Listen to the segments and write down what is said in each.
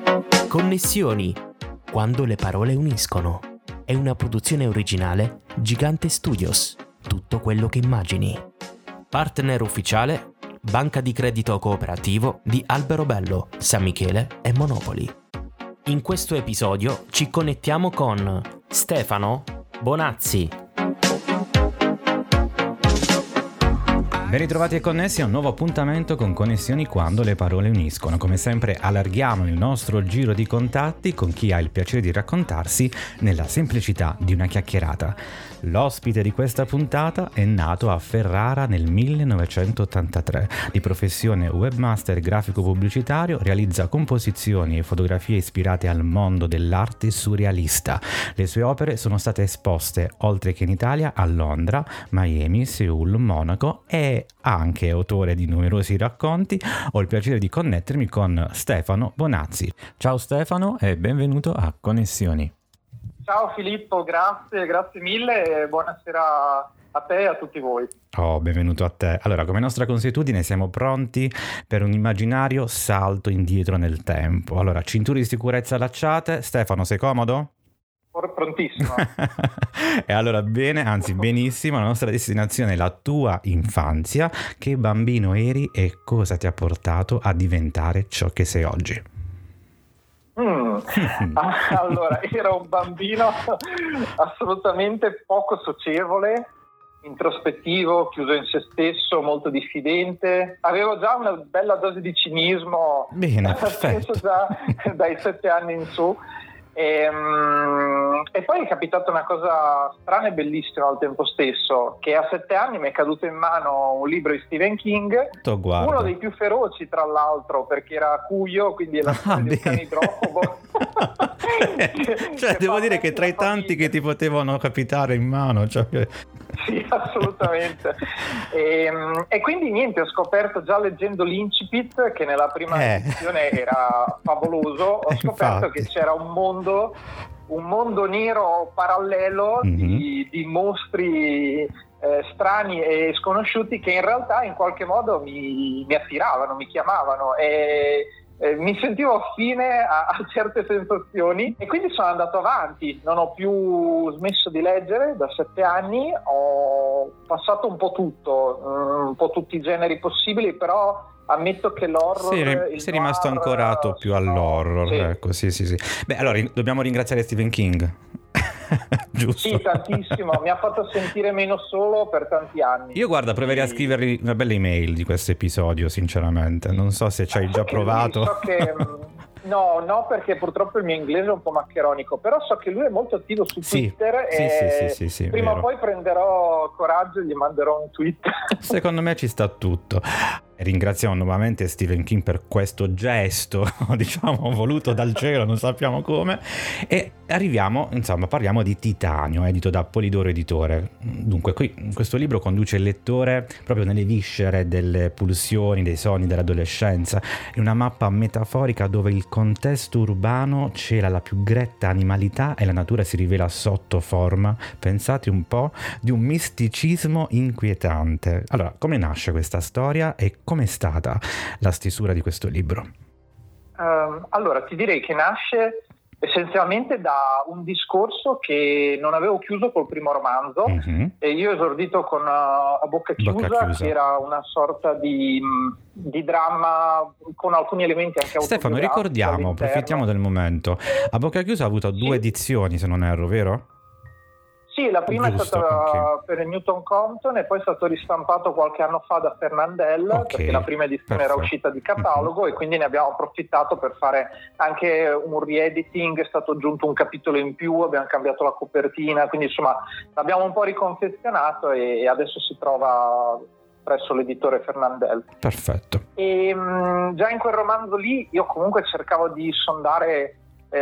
Connessioni, quando le parole uniscono. È una produzione originale Gigante Studios. Tutto quello che immagini. Partner ufficiale Banca di Credito Cooperativo di Alberobello, San Michele e Monopoli. In questo episodio ci connettiamo con Stefano Bonazzi. Ben ritrovati e connessi a un nuovo appuntamento con Connessioni quando le parole uniscono. Come sempre allarghiamo il nostro giro di contatti con chi ha il piacere di raccontarsi nella semplicità di una chiacchierata. L'ospite di questa puntata è nato a Ferrara nel 1983. Di professione webmaster grafico pubblicitario, realizza composizioni e fotografie ispirate al mondo dell'arte surrealista. Le sue opere sono state esposte, oltre che in Italia, a Londra, Miami, Seul, Monaco e anche autore di numerosi racconti. Ho il piacere di connettermi con Stefano Bonazzi. Ciao Stefano e benvenuto a Connessioni. Ciao Filippo, grazie mille e buonasera a te e a tutti voi. Oh, benvenuto a te. Allora, come nostra consuetudine siamo pronti per un immaginario salto indietro nel tempo. Allora, cinture di sicurezza allacciate. Stefano, sei comodo? Prontissimo. E allora bene, anzi benissimo, la nostra destinazione è la tua infanzia. Che bambino eri e cosa ti ha portato a diventare ciò che sei oggi? Allora, ero un bambino assolutamente poco socievole, introspettivo, chiuso in se stesso, molto diffidente. Avevo già una bella dose di cinismo. Bene, perfetto. Penso già dai 7 anni in su. E poi è capitata una cosa strana e bellissima al tempo stesso, che a 7 anni mi è caduto in mano un libro di Stephen King, uno dei più feroci tra l'altro, perché era cuyo, quindi la storia di un cane idrofobo. Cioè devo dire che tra i tanti che ti potevano capitare in mano, cioè... Sì, assolutamente. E quindi niente, ho scoperto già leggendo l'incipit, che nella prima edizione era favoloso, ho scoperto che c'era un mondo nero parallelo di mostri strani e sconosciuti che in realtà in qualche modo mi attiravano, mi chiamavano e mi sentivo affine a certe sensazioni e quindi sono andato avanti, non ho più smesso di leggere da 7 anni, ho passato un po' tutto, un po' tutti i generi possibili, però ammetto che l'horror... Sei rimasto ancorato più all'horror, sì. Ecco, sì. Beh, allora dobbiamo ringraziare Stephen King. Giusto? Sì, tantissimo, mi ha fatto sentire meno solo per tanti anni. Io guarda, proverei a scrivergli una bella email di questo episodio, sinceramente. Non so se ci hai già provato. So che no, perché purtroppo il mio inglese è un po' maccheronico, però so che lui è molto attivo su Twitter sì, prima o poi prenderò coraggio e gli manderò un tweet. Secondo me ci sta tutto. Ringraziamo nuovamente Stephen King per questo gesto, diciamo, voluto dal cielo, non sappiamo come. E arriviamo, insomma, parliamo di Titanio, edito da Polidoro Editore. Dunque, qui questo libro conduce il lettore proprio nelle viscere delle pulsioni, dei sogni dell'adolescenza, in una mappa metaforica dove il contesto urbano cela la più gretta animalità e la natura si rivela sotto forma, pensate un po', di un misticismo inquietante. Allora, come nasce questa storia e com'è stata la stesura di questo libro? Allora, ti direi che nasce essenzialmente da un discorso che non avevo chiuso col primo romanzo e io ho esordito con A Bocca Chiusa, che era una sorta di dramma con alcuni elementi anche autobiografici. Stefano, ricordiamo, approfittiamo del momento. A Bocca Chiusa ha avuto 2 edizioni, se non erro, vero? Sì, la prima è stata per il Newton Compton e poi è stato ristampato qualche anno fa da Fernandel, perché la prima edizione era uscita di catalogo e quindi ne abbiamo approfittato per fare anche un re-editing, è stato aggiunto un capitolo in più, abbiamo cambiato la copertina, quindi insomma l'abbiamo un po' riconfezionato e adesso si trova presso l'editore Fernandel. Perfetto. E già in quel romanzo lì io comunque cercavo di sondare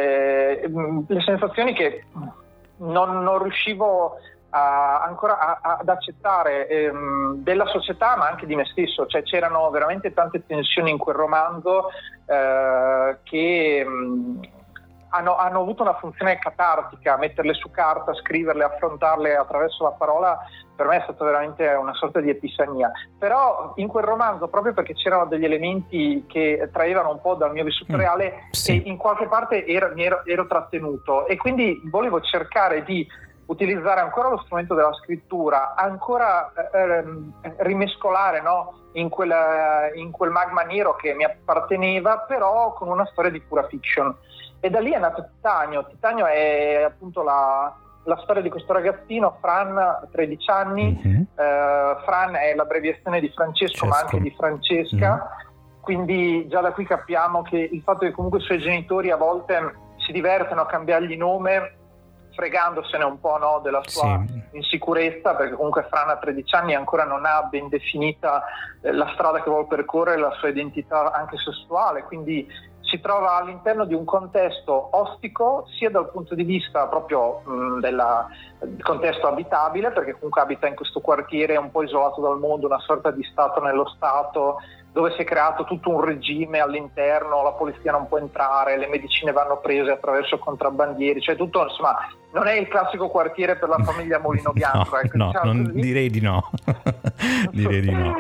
le sensazioni che non riuscivo ancora ad accettare della società, ma anche di me stesso. Cioè c'erano veramente tante tensioni in quel romanzo che hanno avuto una funzione catartica. Metterle su carta, scriverle, affrontarle attraverso la parola, per me è stata veramente una sorta di epifania. Però in quel romanzo, proprio perché c'erano degli elementi che traevano un po' dal mio vissuto reale, sì. e in qualche parte ero trattenuto, e quindi volevo cercare di utilizzare ancora lo strumento della scrittura, ancora rimescolare, no? in quel magma nero che mi apparteneva, però con una storia di pura fiction. E da lì è nato Titanio. Titanio è appunto la storia di questo ragazzino, Fran, 13 anni. Fran è l'abbreviazione di Francesco, ma anche di Francesca. Quindi già da qui capiamo che il fatto che comunque i suoi genitori a volte si divertono a cambiargli nome, fregandosene un po', no, della sua insicurezza, perché comunque Fran a 13 anni ancora non ha ben definita la strada che vuole percorrere, la sua identità anche sessuale, quindi si trova all'interno di un contesto ostico, sia dal punto di vista proprio del contesto abitabile, perché comunque abita in questo quartiere un po' isolato dal mondo, una sorta di stato nello stato, dove si è creato tutto un regime all'interno, la polizia non può entrare, le medicine vanno prese attraverso contrabbandieri, cioè tutto, insomma, non è il classico quartiere per la famiglia Mulino Bianco. No, direi di no. Direi di no.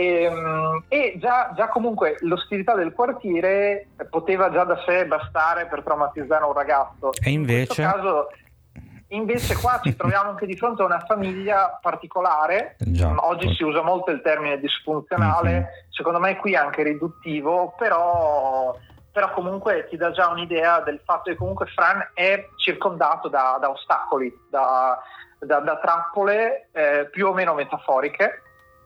E già comunque l'ostilità del quartiere poteva già da sé bastare per traumatizzare un ragazzo. E invece? In questo caso, invece qua ci troviamo anche di fronte a una famiglia particolare. Oggi si usa molto il termine disfunzionale, secondo me qui è anche riduttivo, però comunque ti dà già un'idea del fatto che comunque Fran è circondato da ostacoli, da trappole più o meno metaforiche.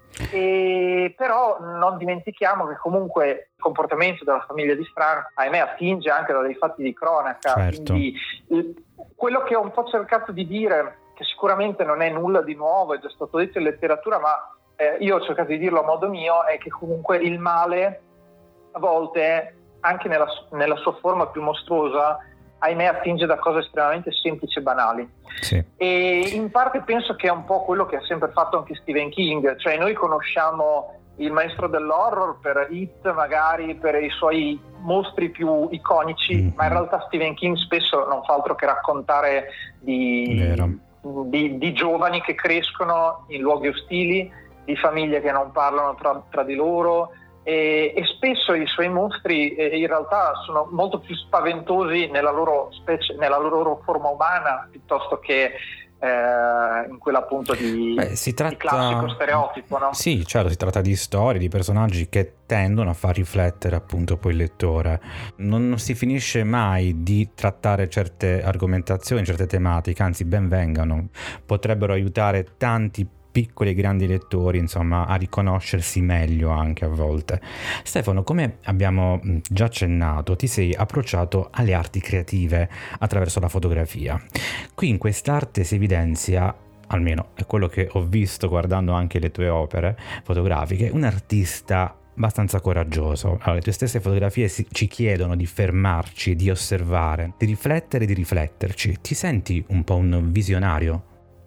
E però non dimentichiamo che comunque il comportamento della famiglia di Fran, ahimè, attinge anche da dei fatti di cronaca. Certo. Quindi quello che ho un po' cercato di dire, che sicuramente non è nulla di nuovo, è già stato detto in letteratura, ma io ho cercato di dirlo a modo mio, è che comunque il male a volte, anche nella sua forma più mostruosa, ahimè, attinge da cose estremamente semplici e banali. Sì. E in parte penso che è un po' quello che ha sempre fatto anche Stephen King, cioè noi conosciamo il maestro dell'horror per It, magari per i suoi mostri più iconici, ma in realtà Stephen King spesso non fa altro che raccontare di giovani che crescono in luoghi ostili, di famiglie che non parlano tra di loro, e spesso i suoi mostri in realtà sono molto più spaventosi nella loro forma umana, piuttosto che in quella appunto di classico stereotipo, no? Sì, certo, si tratta di storie, di personaggi che tendono a far riflettere appunto poi il lettore. Non si finisce mai di trattare certe argomentazioni, certe tematiche, anzi ben vengano, potrebbero aiutare tanti piccoli e grandi lettori, insomma, a riconoscersi meglio anche a volte. Stefano, come abbiamo già accennato, ti sei approcciato alle arti creative attraverso la fotografia. Qui in quest'arte si evidenzia, almeno è quello che ho visto guardando anche le tue opere fotografiche, un artista abbastanza coraggioso. Allora, le tue stesse fotografie ci chiedono di fermarci, di osservare, di riflettere, di rifletterci. Ti senti un po' un visionario?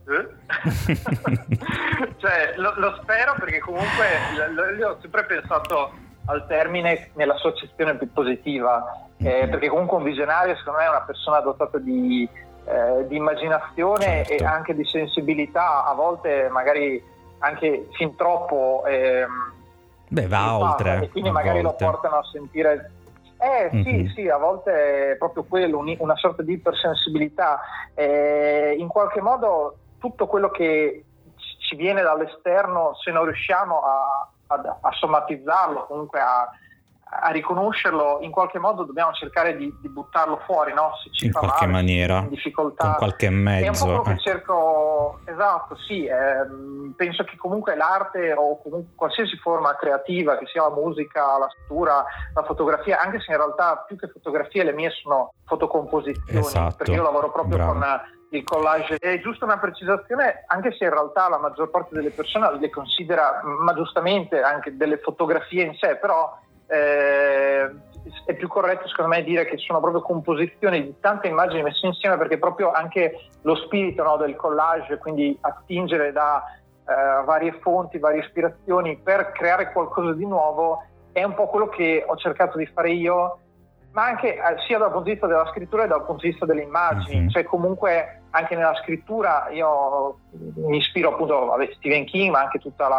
Cioè, lo spero, perché comunque io ho sempre pensato al termine nella sua accezione più positiva, perché comunque un visionario secondo me è una persona dotata di immaginazione, certo, e anche di sensibilità, a volte magari anche fin troppo va oltre, e quindi magari lo portano a sentire sì, a volte è proprio quello, una sorta di ipersensibilità, in qualche modo tutto quello che ci viene dall'esterno, se non riusciamo a somatizzarlo, comunque a riconoscerlo, in qualche modo dobbiamo cercare di buttarlo fuori, no? Se ci in fa qualche male, maniera, in difficoltà, con qualche mezzo. È un po' quello che cerco, esatto, sì. Penso che comunque l'arte, o comunque qualsiasi forma creativa, che sia la musica, la scrittura, la fotografia, anche se in realtà più che fotografie le mie sono fotocomposizioni, esatto, perché io lavoro proprio bravo, con il collage. È giusto una precisazione, anche se in realtà la maggior parte delle persone le considera, ma giustamente, anche delle fotografie in sé, però è più corretto secondo me dire che sono proprio composizioni di tante immagini messe insieme, perché proprio anche lo spirito, no, del collage, quindi attingere da varie fonti, varie ispirazioni per creare qualcosa di nuovo, è un po' quello che ho cercato di fare io, ma anche sia dal punto di vista della scrittura che dal punto di vista delle immagini. Cioè comunque anche nella scrittura io mi ispiro appunto a Stephen King, ma anche tutta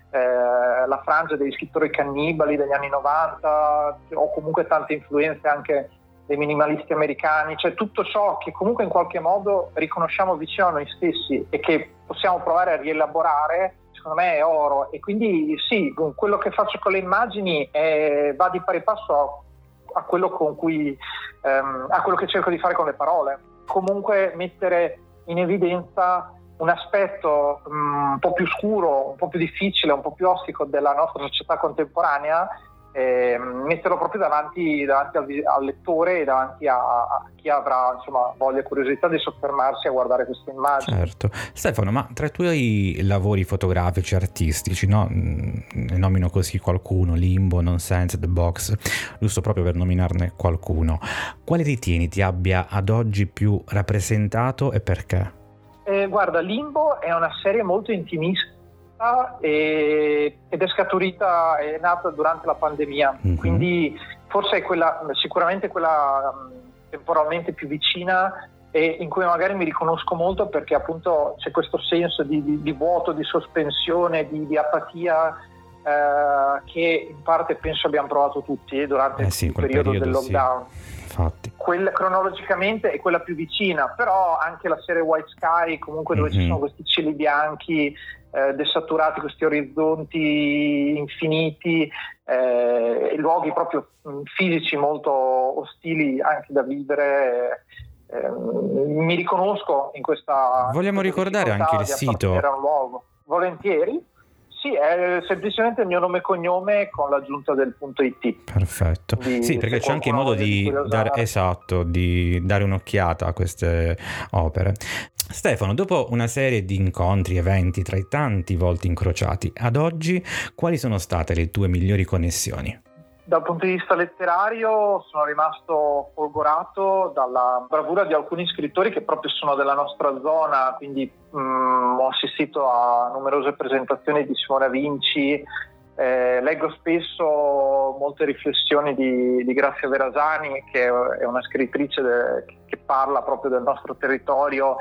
la frangia degli scrittori cannibali degli anni 90, o comunque tante influenze anche dei minimalisti americani, cioè tutto ciò che comunque in qualche modo riconosciamo vicino a noi stessi e che possiamo provare a rielaborare, secondo me è oro. E quindi sì, quello che faccio con le immagini va di pari passo a quello con cui a quello che cerco di fare con le parole. Comunque mettere in evidenza un aspetto un po' più scuro, un po' più difficile, un po' più ostico della nostra società contemporanea, metterlo proprio davanti al lettore e davanti a chi avrà voglia e curiosità di soffermarsi a guardare queste immagini. Certo. Stefano, ma tra i tuoi lavori fotografici, artistici, no? Ne nomino così qualcuno: Limbo, Nonsense, The Box, giusto proprio per nominarne qualcuno, quale ritieni ti abbia ad oggi più rappresentato e perché? Guarda, Limbo è una serie molto intimista ed è nata durante la pandemia, quindi forse è sicuramente quella temporalmente più vicina e in cui magari mi riconosco molto, perché appunto c'è questo senso di vuoto, di sospensione, di apatia che in parte penso abbiamo provato tutti durante il periodo del lockdown. Sì. Infatti. Quella cronologicamente è quella più vicina, però anche la serie White Sky, comunque dove ci sono questi cieli bianchi desaturati, questi orizzonti infiniti, luoghi proprio fisici molto ostili anche da vivere. Mi riconosco in questa. Vogliamo ricordare anche il sito? Era un luogo. Volentieri. Sì, è semplicemente il mio nome e cognome con l'aggiunta del .it. Perfetto. Sì, perché c'è anche modo di dare un'occhiata a queste opere. Stefano, dopo una serie di incontri, eventi tra i tanti volti incrociati, ad oggi quali sono state le tue migliori connessioni? Dal punto di vista letterario sono rimasto folgorato dalla bravura di alcuni scrittori che proprio sono della nostra zona, quindi ho assistito a numerose presentazioni di Simona Vinci, leggo spesso molte riflessioni di Grazia Verasani, che è una scrittrice che parla proprio del nostro territorio,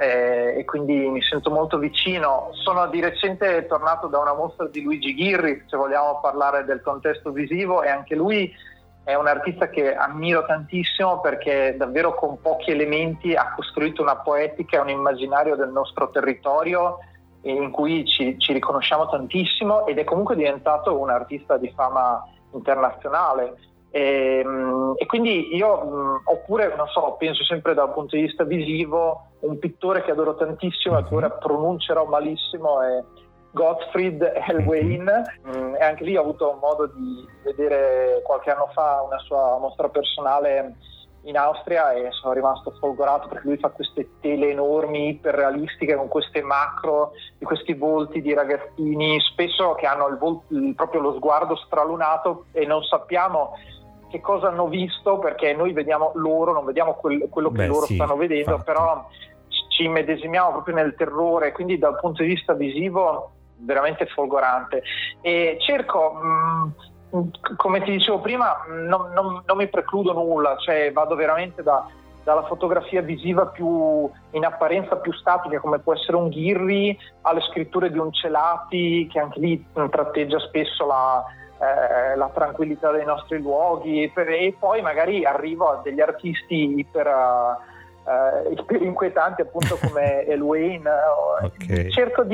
e quindi mi sento molto vicino. Sono di recente tornato da una mostra di Luigi Ghirri, se vogliamo parlare del contesto visivo, e anche lui è un artista che ammiro tantissimo, perché davvero con pochi elementi ha costruito una poetica e un immaginario del nostro territorio in cui ci riconosciamo tantissimo, ed è comunque diventato un artista di fama internazionale. E quindi io, oppure non so, penso sempre dal punto di vista visivo, un pittore che adoro tantissimo e che ora pronuncerò malissimo è Gottfried Helwain, e anche lì ho avuto modo di vedere qualche anno fa una sua mostra personale in Austria e sono rimasto folgorato, perché lui fa queste tele enormi, iperrealistiche, con queste macro di questi volti di ragazzini, spesso che hanno proprio lo sguardo stralunato e non sappiamo che cosa hanno visto, perché noi vediamo loro, non vediamo quello che loro stanno vedendo, infatti. Però ci immedesimiamo proprio nel terrore, quindi dal punto di vista visivo veramente folgorante. E cerco, come ti dicevo prima, non mi precludo nulla, cioè vado veramente dalla fotografia visiva più in apparenza più statica, come può essere un Ghirri, alle scritture di un Celati, che anche lì tratteggia spesso la tranquillità dei nostri luoghi, e poi magari arrivo a degli artisti iper inquietanti, appunto, come Helwain. Okay. Cerco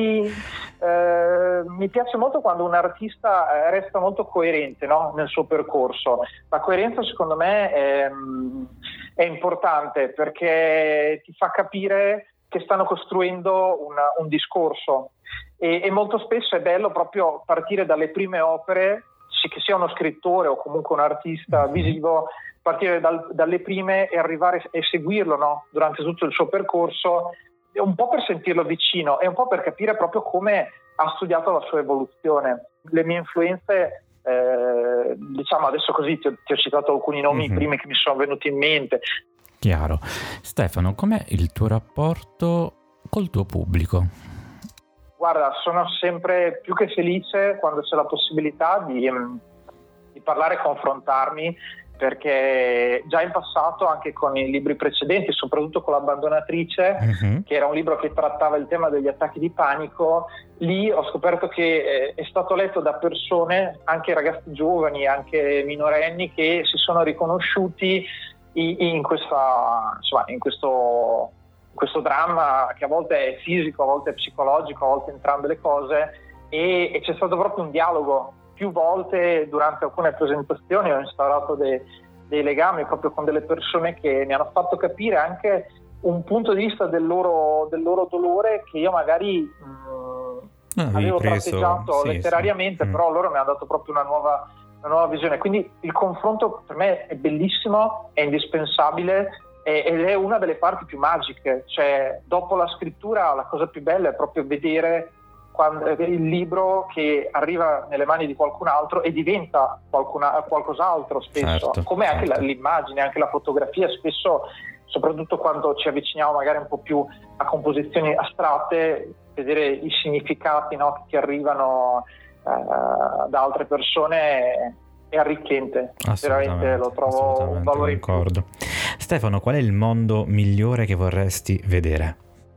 mi piace molto quando un artista resta molto coerente, no? Nel suo percorso. La coerenza, secondo me, è importante, perché ti fa capire che stanno costruendo un discorso, e molto spesso è bello proprio partire dalle prime opere, che sia uno scrittore o comunque un artista visivo, partire dalle prime e arrivare e seguirlo, no? Durante tutto il suo percorso, un po' per sentirlo vicino e un po' per capire proprio come ha studiato la sua evoluzione. Le mie influenze, diciamo adesso così ti ho citato alcuni nomi primi che mi sono venuti in mente. Chiaro. Stefano, com'è il tuo rapporto col tuo pubblico? Guarda, sono sempre più che felice quando c'è la possibilità di parlare e confrontarmi perché già in passato, anche con i libri precedenti, soprattutto con L'Abbandonatrice, che era un libro che trattava il tema degli attacchi di panico, lì ho scoperto che è stato letto da persone, anche ragazzi giovani, anche minorenni, che si sono riconosciuti in questo dramma, che a volte è fisico, a volte è psicologico, a volte entrambe le cose, e c'è stato proprio un dialogo. Più volte durante alcune presentazioni ho instaurato dei legami proprio con delle persone che mi hanno fatto capire anche un punto di vista del loro dolore che io magari avevo tratteggiato letterariamente, però loro mi hanno dato proprio una nuova visione. Quindi il confronto per me è bellissimo, è indispensabile ed è una delle parti più magiche. Cioè, dopo la scrittura la cosa più bella è proprio vedere il libro che arriva nelle mani di qualcun altro e diventa qualcos'altro spesso, come anche l'immagine, anche la fotografia. Spesso, soprattutto quando ci avviciniamo magari un po' più a composizioni astratte, vedere i significati, no, che ti arrivano da altre persone è arricchente. Veramente lo trovo un valore in più. Stefano, qual è il mondo migliore che vorresti vedere?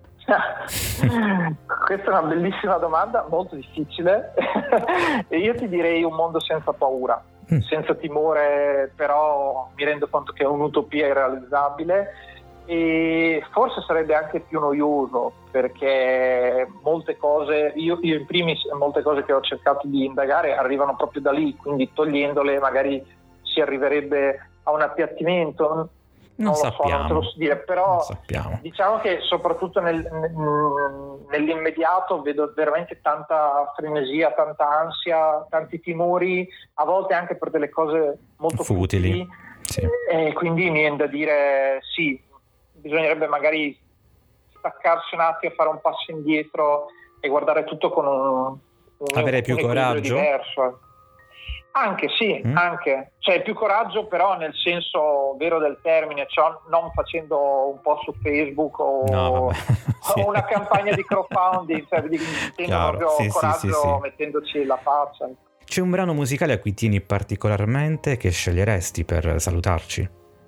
Questa è una bellissima domanda, molto difficile. E io ti direi un mondo senza paura, senza timore, però mi rendo conto che è un'utopia irrealizzabile e forse sarebbe anche più noioso, perché molte cose, io in primis, molte cose che ho cercato di indagare arrivano proprio da lì, quindi togliendole magari si arriverebbe a un appiattimento. Non te lo so dire, però diciamo che soprattutto nell'immediato vedo veramente tanta frenesia, tanta ansia, tanti timori, a volte anche per delle cose molto futili. Sì. E quindi mi viene da dire sì, bisognerebbe magari staccarsi un attimo, fare un passo indietro e guardare tutto con avere più coraggio diverso. Anche anche, cioè più coraggio, però nel senso vero del termine, cioè non facendo un po' su Facebook o una campagna di crowdfunding, cioè intendo proprio coraggio mettendoci la faccia. C'è un brano musicale a cui tieni particolarmente che sceglieresti per salutarci?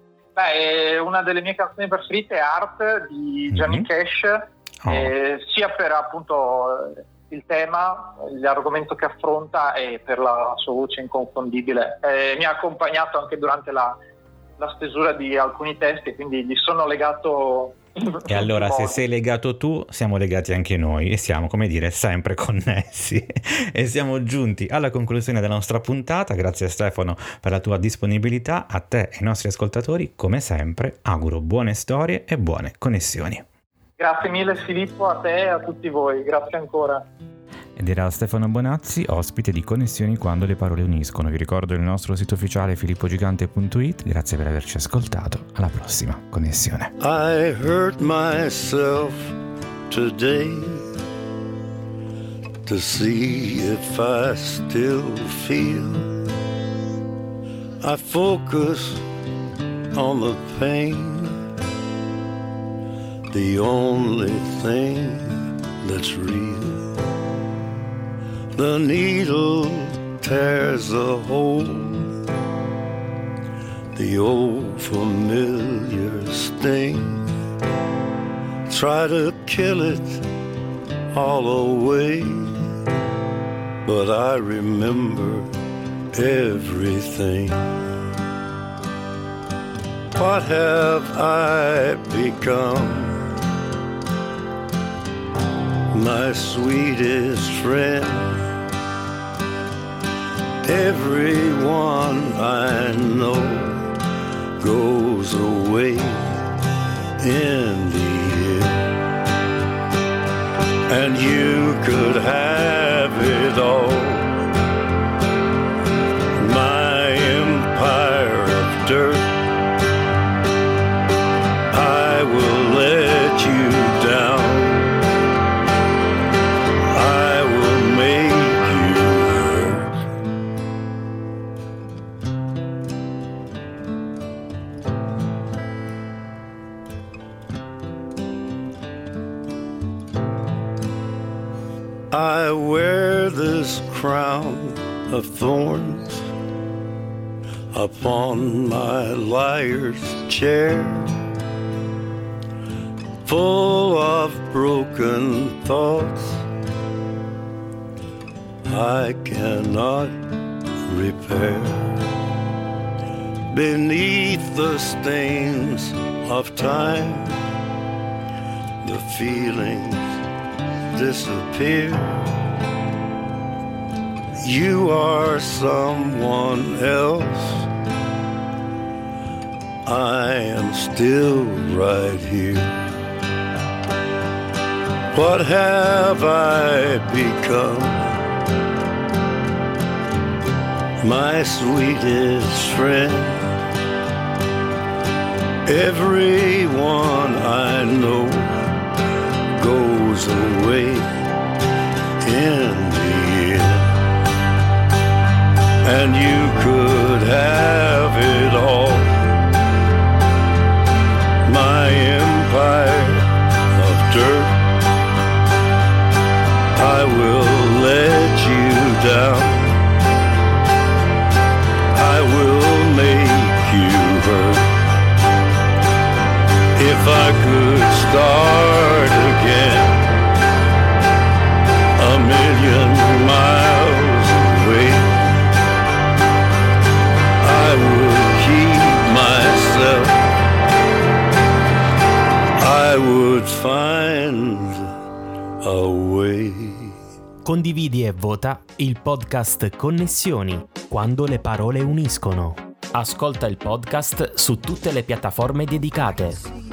Una delle mie canzoni preferite è Art di Johnny Cash, sia per appunto il tema, l'argomento che affronta e per la sua voce inconfondibile. Mi ha accompagnato anche durante la stesura di alcuni testi, quindi gli sono legato. E allora se sei legato tu, siamo legati anche noi e siamo, come dire, sempre connessi. E siamo giunti alla conclusione della nostra puntata. Grazie Stefano per la tua disponibilità. A te e ai nostri ascoltatori, come sempre, auguro buone storie e buone connessioni. Grazie mille Filippo, a te e a tutti voi, grazie ancora. Ed era Stefano Bonazzi, ospite di Connessioni quando le parole uniscono. Vi ricordo il nostro sito ufficiale filippogigante.it. Grazie per averci ascoltato, alla prossima connessione. I hurt myself today to see if I still feel. I focus on the pain, the only thing that's real. The needle tears a hole, the old familiar sting. Try to kill it all away, but I remember everything. What have I become? My sweetest friend. Everyone I know goes away in the end, and you could have it all. My empire of dirt, I will let you down. I wear this crown of thorns upon my liar's chair, full of broken thoughts I cannot repair. Beneath the stains of time, the feelings disappear. You are someone else, I am still right here. What have I become? My sweetest friend, everyone I know goes away in the end. And you could have it all, my empire of dirt. I will let you down, I will make you hurt. If I could start again, a million miles away, I would keep myself, I would find a way. Condividi e vota il podcast Connessioni, quando le parole uniscono. Ascolta il podcast su tutte le piattaforme dedicate.